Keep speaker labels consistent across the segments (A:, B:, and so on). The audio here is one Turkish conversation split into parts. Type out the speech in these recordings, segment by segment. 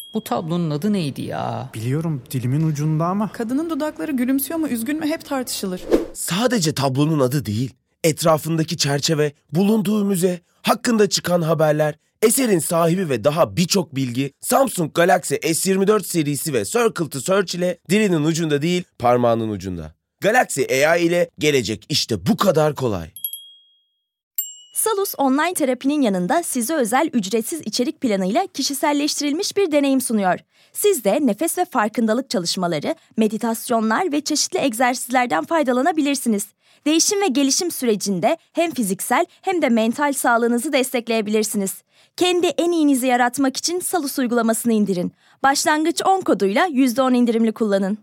A: Bu tablonun adı neydi ya?
B: Biliyorum, dilimin ucunda ama.
C: Kadının dudakları gülümsüyor mu, üzgün mü hep tartışılır.
D: Sadece tablonun adı değil, etrafındaki çerçeve, bulunduğu müze, hakkında çıkan haberler, eserin sahibi ve daha birçok bilgi Samsung Galaxy S24 serisi ve Circle to Search ile dilinin ucunda değil, parmağının ucunda. Galaxy AI ile gelecek işte bu kadar kolay.
E: Salus online terapinin yanında size özel ücretsiz içerik planıyla kişiselleştirilmiş bir deneyim sunuyor. Siz de nefes ve farkındalık çalışmaları, meditasyonlar ve çeşitli egzersizlerden faydalanabilirsiniz. Değişim ve gelişim sürecinde hem fiziksel hem de mental sağlığınızı destekleyebilirsiniz. Kendi en iyinizi yaratmak için Salus uygulamasını indirin. Başlangıç 10 koduyla %10 indirimli kullanın.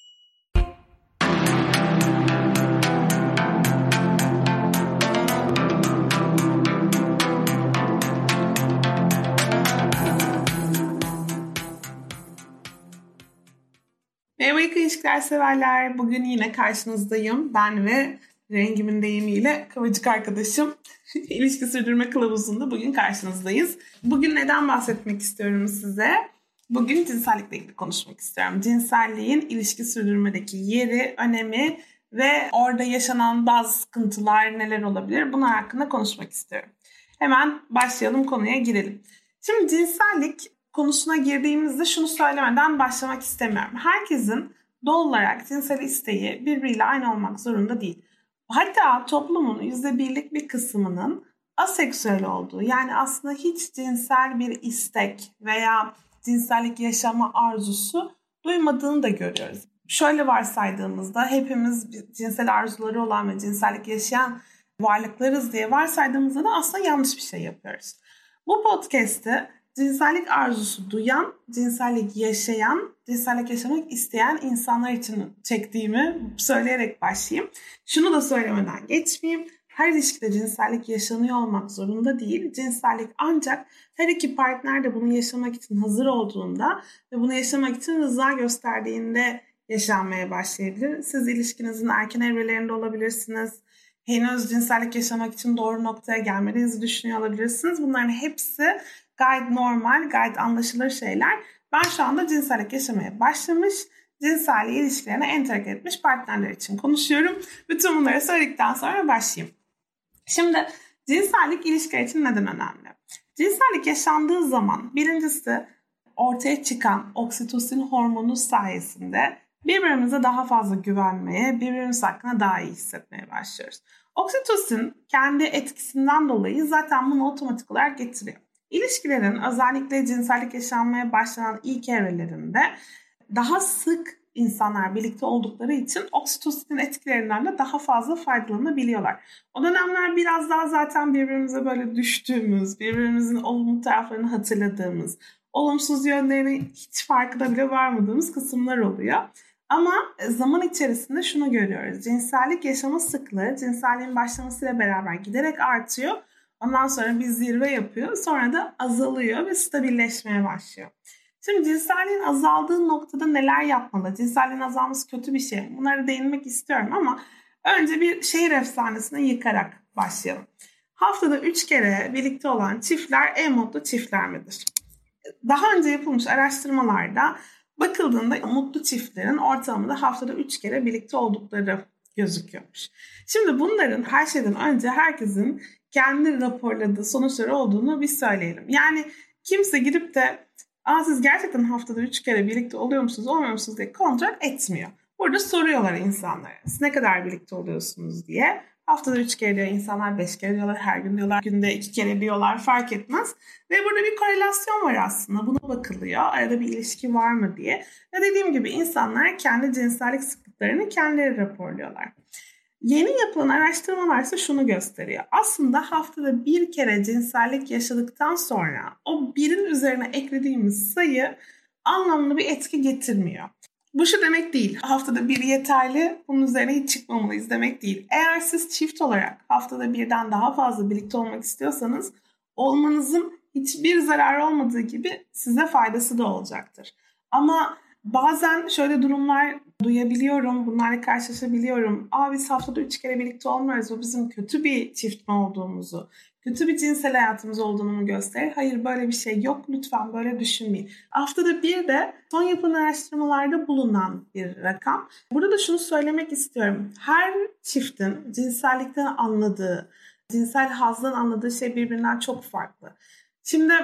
F: Merhaba ilişkiler severler. Bugün yine karşınızdayım. Ben ve rengimin deyimiyle kıvırcık arkadaşım İlişki Sürdürme Kılavuzu'nda bugün karşınızdayız. Bugün neden bahsetmek istiyorum size? Bugün cinsellikle ilgili konuşmak istiyorum. Cinselliğin ilişki sürdürmedeki yeri, önemi ve orada yaşanan bazı sıkıntılar neler olabilir? Bunlar hakkında konuşmak istiyorum. Hemen başlayalım, konuya girelim. Şimdi cinsellik konusuna girdiğimizde şunu söylemeden başlamak istemiyorum. Herkesin doğal olarak cinsel isteği birbiriyle aynı olmak zorunda değil. Hatta toplumun %1'lik bir kısmının aseksüel olduğu, yani aslında hiç cinsel bir istek veya cinsellik yaşama arzusu duymadığını da görüyoruz. Şöyle varsaydığımızda hepimiz cinsel arzuları olan ve cinsellik yaşayan varlıklarız diye varsaydığımızda da aslında yanlış bir şey yapıyoruz. Bu podcast'te cinsellik arzusu duyan, cinsellik yaşayan, cinsellik yaşamak isteyen insanlar için çektiğimi söyleyerek başlayayım. Şunu da söylemeden geçmeyeyim. Her ilişkide cinsellik yaşanıyor olmak zorunda değil. Cinsellik ancak her iki partner de bunu yaşamak için hazır olduğunda ve bunu yaşamak için rıza gösterdiğinde yaşanmaya başlayabilir. Siz ilişkinizin erken evrelerinde olabilirsiniz. Henüz cinsellik yaşamak için doğru noktaya gelmediğinizi düşünüyor olabilirsiniz. Bunların hepsi gayet normal, gayet anlaşılır şeyler. Ben şu anda cinsellik yaşamaya başlamış, cinselliği ilişkilerine entegre etmiş partnerler için konuşuyorum. Bütün bunları söyledikten sonra başlayayım. Şimdi cinsellik ilişkiler için neden önemli? Cinsellik yaşandığı zaman birincisi ortaya çıkan oksitosin hormonu sayesinde birbirimize daha fazla güvenmeye, birbirimiz hakkında daha iyi hissetmeye başlıyoruz. Oksitosin kendi etkisinden dolayı zaten bunu otomatik olarak getiriyor. İlişkilerin özellikle cinsellik yaşanmaya başlanan ilk evrelerinde daha sık insanlar birlikte oldukları için oksitosinin etkilerinden de daha fazla faydalanabiliyorlar. O dönemler biraz daha zaten birbirimize böyle düştüğümüz, birbirimizin olumlu taraflarını hatırladığımız, olumsuz yönlerini hiç farkına bile varmadığımız kısımlar oluyor. Ama zaman içerisinde şunu görüyoruz. Cinsellik yaşama sıklığı cinselliğin başlamasıyla beraber giderek artıyor. Ondan sonra bir zirve yapıyor. Sonra da azalıyor ve stabilleşmeye başlıyor. Şimdi cinselliğin azaldığı noktada neler yapmalı? Cinselliğin azalması kötü bir şey. Bunlara değinmek istiyorum ama önce bir şehir efsanesini yıkarak başlayalım. Haftada 3 kere birlikte olan çiftler en mutlu çiftler midir? Daha önce yapılmış araştırmalarda bakıldığında mutlu çiftlerin ortalamada haftada 3 kere birlikte oldukları gözüküyormuş. Şimdi bunların her şeyden önce herkesin kendi raporladığı sonuçları olduğunu bir söyleyelim. Yani kimse gidip de siz gerçekten haftada 3 kere birlikte oluyor musunuz, olmuyor musunuz diye kontrol etmiyor. Burada soruyorlar insanlara. Siz ne kadar birlikte oluyorsunuz diye. Haftada 3 kere diyor insanlar, 5 kere diyorlar, her gün diyorlar, günde 2 kere diyorlar, fark etmez. Ve burada bir korelasyon var aslında. Buna bakılıyor. Arada bir ilişki var mı diye. Ve dediğim gibi insanlar kendi cinsellik sıklıklarını kendileri raporluyorlar. Yeni yapılan araştırmalar ise şunu gösteriyor. Aslında haftada bir kere cinsellik yaşadıktan sonra o birin üzerine eklediğimiz sayı anlamlı bir etki getirmiyor. Bu şu demek değil. Haftada bir yeterli, bunun üzerine hiç çıkmamalıyız demek değil. Eğer siz çift olarak haftada birden daha fazla birlikte olmak istiyorsanız olmanızın hiçbir zararı olmadığı gibi size faydası da olacaktır. Ama bazen şöyle durumlar duyabiliyorum, bunlarla karşılaşabiliyorum. Biz haftada 3 kere birlikte olmuyoruz, o bizim kötü bir çift mi olduğumuzu, kötü bir cinsel hayatımız olduğunu mu gösterir? Hayır, böyle bir şey yok. Lütfen böyle düşünmeyin. Haftada bir de son yapılan araştırmalarda bulunan bir rakam. Burada da şunu söylemek istiyorum. Her çiftin cinsellikten anladığı, cinsel hazdan anladığı şey birbirinden çok farklı. Şimdi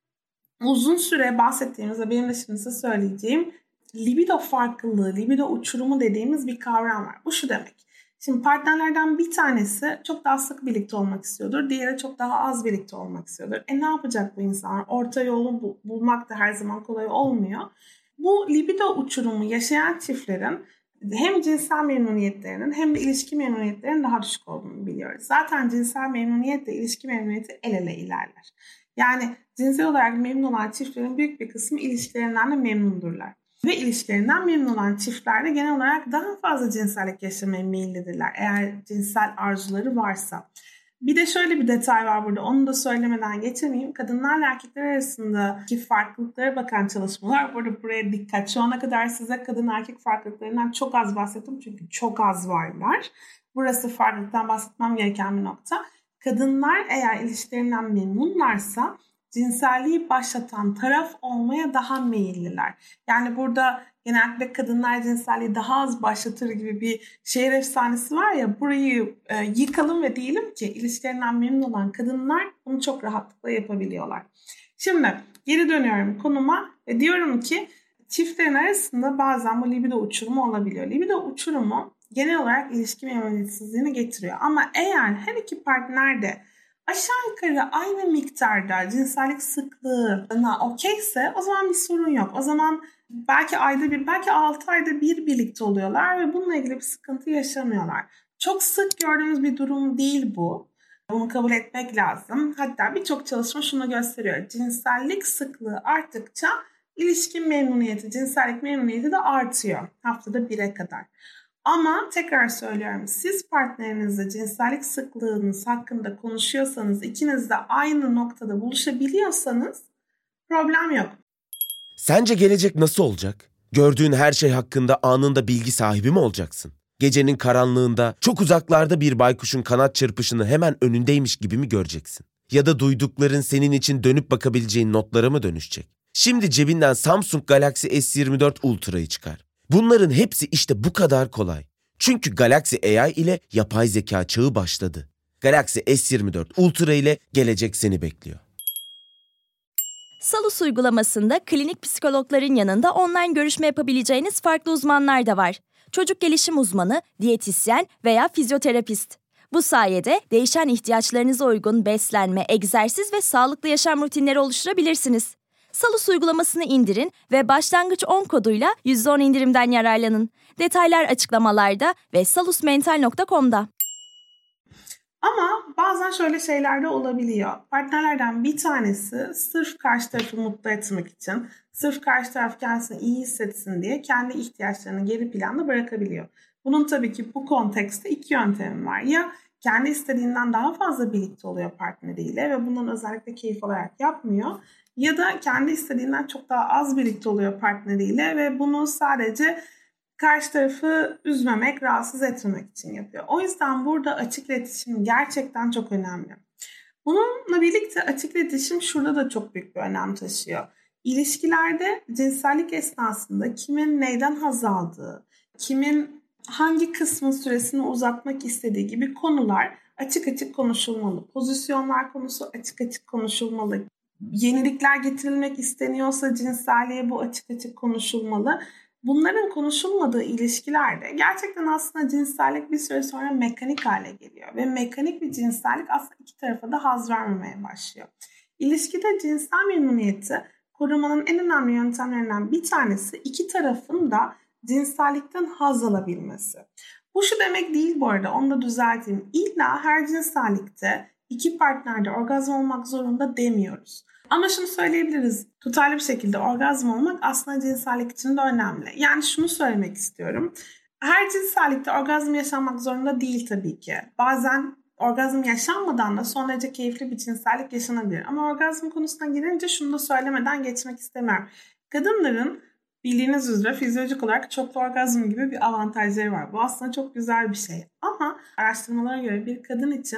F: uzun süre bahsettiğimizde benim de şimdi size söyleyeceğim libido farklılığı, libido uçurumu dediğimiz bir kavram var. Bu şu demek. Şimdi partnerlerden bir tanesi çok daha sık birlikte olmak istiyordur. Diğeri çok daha az birlikte olmak istiyordur. Ne yapacak bu insanlar? Orta yolu bulmak da her zaman kolay olmuyor. Bu libido uçurumu yaşayan çiftlerin hem cinsel memnuniyetlerinin hem de ilişki memnuniyetlerinin daha düşük olduğunu biliyoruz. Zaten cinsel memnuniyetle ilişki memnuniyeti el ele ilerler. Yani cinsel olarak memnun olan çiftlerin büyük bir kısmı ilişkilerinden de memnundurlar. Ve ilişkilerinden memnun olan çiftlerde genel olarak daha fazla cinsellik yaşamaya meyillidirler eğer cinsel arzuları varsa. Bir de şöyle bir detay var burada, onu da söylemeden geçemeyeyim. Kadınlarla erkekler arasındaki farklılıklara bakan çalışmalar. Buraya dikkat. Şu ana kadar size kadın erkek farklılıklarından çok az bahsettim çünkü çok az varlar. Burası farklılıktan bahsetmem gereken bir nokta. Kadınlar eğer ilişkilerinden memnunlarsa cinselliği başlatan taraf olmaya daha meyilliler. Yani burada genellikle kadınlar cinselliği daha az başlatır gibi bir şehir efsanesi var ya, burayı yıkalım ve diyelim ki ilişkilerinden memnun olan kadınlar bunu çok rahatlıkla yapabiliyorlar. Şimdi geri dönüyorum konuma ve diyorum ki çiftlerin arasında bazen bu libido uçurumu olabiliyor. Libido uçurumu genel olarak ilişki memnuniyetsizliğini getiriyor. Ama eğer her iki partner de aşağı yukarı aynı miktarda cinsellik sıklığına okeyse o zaman bir sorun yok. O zaman belki ayda bir, belki 6 ayda bir birlikte oluyorlar ve bununla ilgili bir sıkıntı yaşamıyorlar. Çok sık gördüğümüz bir durum değil bu. Bunu kabul etmek lazım. Hatta birçok çalışma şunu gösteriyor. Cinsellik sıklığı arttıkça ilişki memnuniyeti, cinsellik memnuniyeti de artıyor haftada 1'e kadar. Ama tekrar söylüyorum, siz partnerinizle cinsellik sıklığınız hakkında konuşuyorsanız, ikiniz de aynı noktada buluşabiliyorsanız problem yok.
D: Sence gelecek nasıl olacak? Gördüğün her şey hakkında anında bilgi sahibi mi olacaksın? Gecenin karanlığında çok uzaklarda bir baykuşun kanat çırpışını hemen önündeymiş gibi mi göreceksin? Ya da duydukların senin için dönüp bakabileceğin notlara mı dönüşecek? Şimdi cebinden Samsung Galaxy S24 Ultra'yı çıkar. Bunların hepsi işte bu kadar kolay. Çünkü Galaxy AI ile yapay zeka çağı başladı. Galaxy S24 Ultra ile gelecek seni bekliyor.
E: Salus uygulamasında klinik psikologların yanında online görüşme yapabileceğiniz farklı uzmanlar da var. Çocuk gelişim uzmanı, diyetisyen veya fizyoterapist. Bu sayede değişen ihtiyaçlarınıza uygun beslenme, egzersiz ve sağlıklı yaşam rutinleri oluşturabilirsiniz. Salus uygulamasını indirin ve başlangıç 10 koduyla %10 indirimden yararlanın. Detaylar açıklamalarda ve salusmental.com'da.
F: Ama bazen şöyle şeyler de olabiliyor. Partnerlerden bir tanesi sırf karşı tarafı mutlu etmek için, sırf karşı taraf kendisini iyi hissetsin diye kendi ihtiyaçlarını geri planda bırakabiliyor. Bunun tabii ki bu kontekste iki yöntemi var. Ya kendi istediğinden daha fazla birlikte oluyor partneriyle ve bundan özellikle keyif alarak yapmıyor. Ya da kendi istediğinden çok daha az birlikte oluyor partneriyle ve bunu sadece karşı tarafı üzmemek, rahatsız etmemek için yapıyor. O yüzden burada açık iletişim gerçekten çok önemli. Bununla birlikte açık iletişim şurada da çok büyük bir önem taşıyor. İlişkilerde cinsellik esnasında kimin neyden haz aldığı, kimin hangi kısmın süresini uzatmak istediği gibi konular açık açık konuşulmalı. Pozisyonlar konusu açık açık konuşulmalı. Yenilikler getirilmek isteniyorsa cinselliğe bu açık açık konuşulmalı. Bunların konuşulmadığı ilişkilerde gerçekten aslında cinsellik bir süre sonra mekanik hale geliyor. Ve mekanik bir cinsellik aslında iki tarafa da haz vermemeye başlıyor. İlişkide cinsel memnuniyeti korumanın en önemli yöntemlerinden bir tanesi iki tarafın da cinsellikten haz alabilmesi. Bu şu demek değil bu arada, onu da düzelteyim. İlla her cinsellikte iki partnerde orgazm olmak zorunda demiyoruz. Ama şunu söyleyebiliriz, tutarlı bir şekilde orgazm olmak aslında cinsellik için de önemli. Yani şunu söylemek istiyorum, her cinsellikte orgazm yaşanmak zorunda değil tabii ki. Bazen orgazm yaşanmadan da son derece keyifli bir cinsellik yaşanabilir. Ama orgazm konusuna girince şunu da söylemeden geçmek istemiyorum. Kadınların bildiğiniz üzere fizyolojik olarak çoklu orgazm gibi bir avantajları var. Bu aslında çok güzel bir şey. Ama araştırmalara göre bir kadın için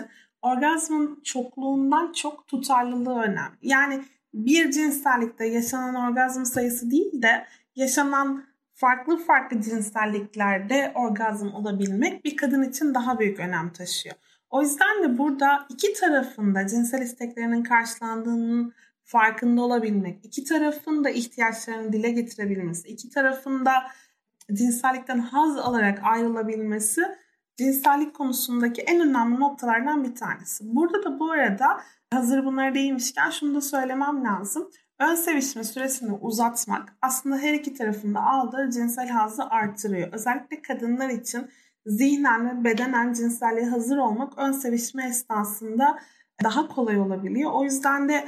F: orgazmın çokluğundan çok tutarlılığı önemli. Yani bir cinsellikte yaşanan orgazm sayısı değil de yaşanan farklı cinselliklerde orgazm olabilmek bir kadın için daha büyük önem taşıyor. O yüzden de burada iki tarafında cinsel isteklerinin karşılandığının farkında olabilmek, iki tarafın da ihtiyaçlarını dile getirebilmesi, iki tarafın da cinsellikten haz alarak ayrılabilmesi cinsellik konusundaki en önemli noktalardan bir tanesi. Burada da bu arada hazır bunlara değinmişken şunu da söylemem lazım. Ön sevişme süresini uzatmak aslında her iki tarafında aldığı cinsel hazzı artırıyor. Özellikle kadınlar için zihnen ve bedenen cinselliğe hazır olmak ön sevişme esnasında daha kolay olabiliyor. O yüzden de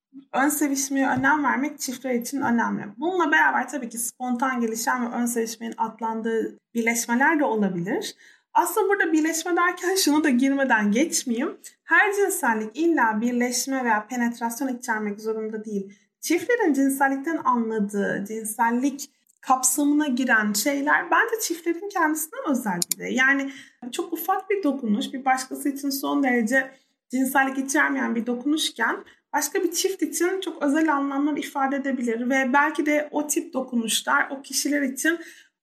F: ön sevişmeye önem vermek çiftler için önemli. Bununla beraber tabii ki spontan gelişen ve ön sevişmenin atlandığı birleşmeler de olabilir. Aslında burada birleşme derken şunu da girmeden geçmeyeyim. Her cinsellik illa birleşme veya penetrasyon içermek zorunda değil. Çiftlerin cinsellikten anladığı, cinsellik kapsamına giren şeyler bence çiftlerin kendisinden özel bir de. Yani çok ufak bir dokunuş, bir başkası için son derece cinsellik içermeyen bir dokunuşken başka bir çift için çok özel anlamlar ifade edebilir ve belki de o tip dokunuşlar o kişiler için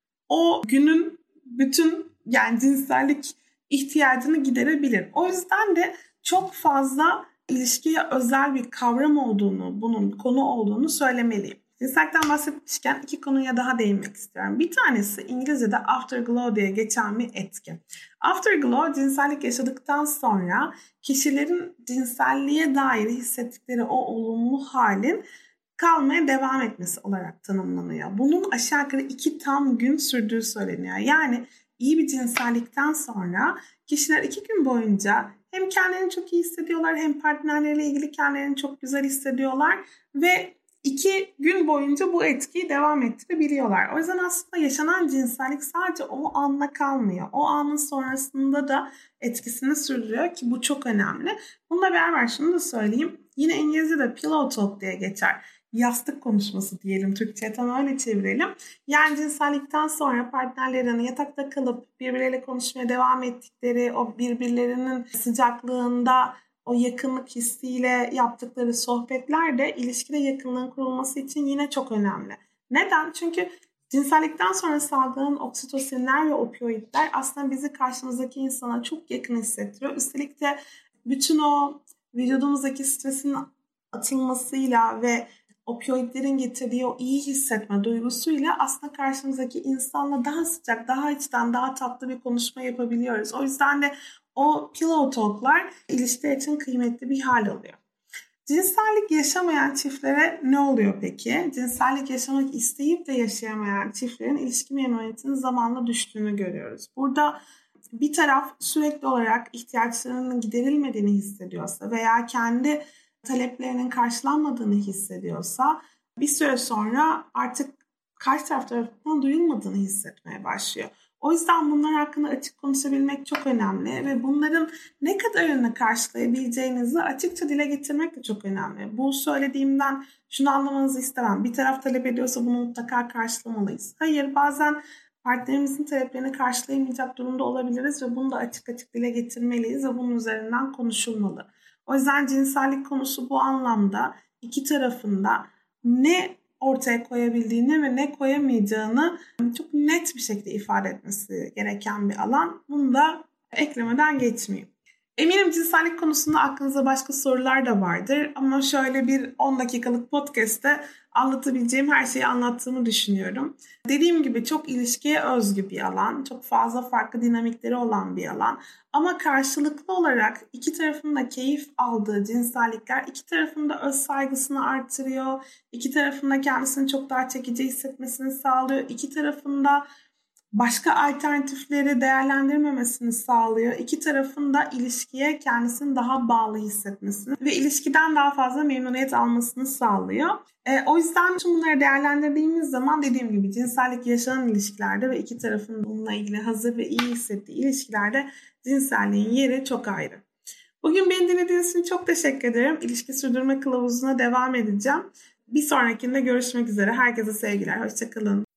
F: o günün bütün yani cinsellik ihtiyacını giderebilir. O yüzden de çok fazla ilişkiye özel bir kavram olduğunu, bunun konu olduğunu söylemeliyim. Cinsellikten bahsetmişken iki konuya daha değinmek istiyorum. Bir tanesi İngilizce'de afterglow diye geçen bir etki. Afterglow, cinsellik yaşadıktan sonra kişilerin cinselliğe dair hissettikleri o olumlu halin kalmaya devam etmesi olarak tanımlanıyor. Bunun aşağı yukarı 2 tam gün sürdüğü söyleniyor. Yani iyi bir cinsellikten sonra kişiler 2 gün boyunca hem kendilerini çok iyi hissediyorlar hem partnerleriyle ilgili kendilerini çok güzel hissediyorlar ve 2 gün boyunca bu etkiyi devam ettirebiliyorlar. O yüzden aslında yaşanan cinsellik sadece o anla kalmıyor. O anın sonrasında da etkisini sürdürüyor ki bu çok önemli. Bununla beraber şunu da söyleyeyim. Yine İngilizce'de pillow talk diye geçer. Yastık konuşması diyelim, Türkçe'ye tam öyle çevirelim. Yani cinsellikten sonra partnerlerinin yatakta kalıp birbirleriyle konuşmaya devam ettikleri, o birbirlerinin sıcaklığında o yakınlık hissiyle yaptıkları sohbetler de ilişkide yakınlığın kurulması için yine çok önemli. Neden? Çünkü cinsellikten sonra salgılanan oksitosinler ve opioidler aslında bizi karşımızdaki insana çok yakın hissettiriyor. Üstelik de bütün o vücudumuzdaki stresin atılmasıyla ve opioidlerin getirdiği o iyi hissetme duygusuyla aslında karşımızdaki insanla daha sıcak, daha içten, daha tatlı bir konuşma yapabiliyoruz. O yüzden de o pillow talk'lar ilişkiler için kıymetli bir hal alıyor. Cinsellik yaşamayan çiftlere ne oluyor peki? Cinsellik yaşamak isteyip de yaşayamayan çiftlerin ilişki memnuniyetinin zamanla düştüğünü görüyoruz. Burada bir taraf sürekli olarak ihtiyaçlarının giderilmediğini hissediyorsa veya kendi taleplerinin karşılanmadığını hissediyorsa bir süre sonra artık karşı taraf tarafından duyulmadığını hissetmeye başlıyor. O yüzden bunlar hakkında açık konuşabilmek çok önemli ve bunların ne kadarını karşılayabileceğinizi açıkça dile getirmek de çok önemli. Bu söylediğimden şunu anlamanızı istemem. Bir taraf talep ediyorsa bunu mutlaka karşılamalıyız. Hayır, bazen partnerimizin taleplerini karşılayamayacak durumda olabiliriz ve bunu da açık dile getirmeliyiz ve bunun üzerinden konuşulmalı. O yüzden cinsellik konusu bu anlamda iki tarafında ne ortaya koyabildiğini ve ne koyamayacağını çok net bir şekilde ifade etmesi gereken bir alan. Bunu da eklemeden geçmeyeyim. Eminim cinsellik konusunda aklınızda başka sorular da vardır ama şöyle bir 10 dakikalık podcast'te anlatabileceğim her şeyi anlattığımı düşünüyorum. Dediğim gibi çok ilişkiye özgü bir alan, çok fazla farklı dinamikleri olan bir alan ama karşılıklı olarak iki tarafın da keyif aldığı cinsellikler iki tarafın da öz saygısını artırıyor, iki tarafın da kendisini çok daha çekici hissetmesini sağlıyor, iki tarafın da başka alternatifleri değerlendirmemesini sağlıyor. İki tarafın da ilişkiye kendisini daha bağlı hissetmesini ve ilişkiden daha fazla memnuniyet almasını sağlıyor. O yüzden tüm bunları değerlendirdiğimiz zaman dediğim gibi cinsellik yaşanan ilişkilerde ve iki tarafın bununla ilgili hazır ve iyi hissettiği ilişkilerde cinselliğin yeri çok ayrı. Bugün beni dinlediğiniz için çok teşekkür ederim. İlişki Sürdürme Kılavuzu'na devam edeceğim. Bir sonrakinde görüşmek üzere. Herkese sevgiler. Hoşça kalın.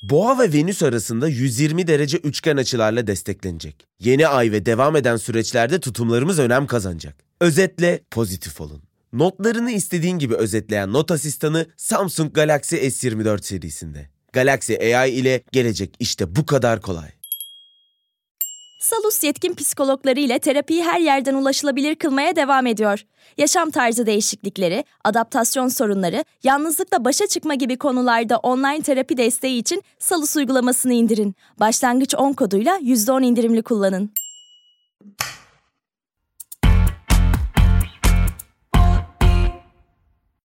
D: Boğa ve Venüs arasında 120 derece üçgen açılarla desteklenecek. Yeni ay ve devam eden süreçlerde tutumlarımız önem kazanacak. Özetle pozitif olun. Notlarını istediğin gibi özetleyen not asistanı Samsung Galaxy S24 serisinde. Galaxy AI ile gelecek işte bu kadar kolay.
E: Salus yetkin psikologları ile terapiyi her yerden ulaşılabilir kılmaya devam ediyor. Yaşam tarzı değişiklikleri, adaptasyon sorunları, yalnızlıkla başa çıkma gibi konularda online terapi desteği için Salus uygulamasını indirin. Başlangıç 10 koduyla %10 indirimli kullanın.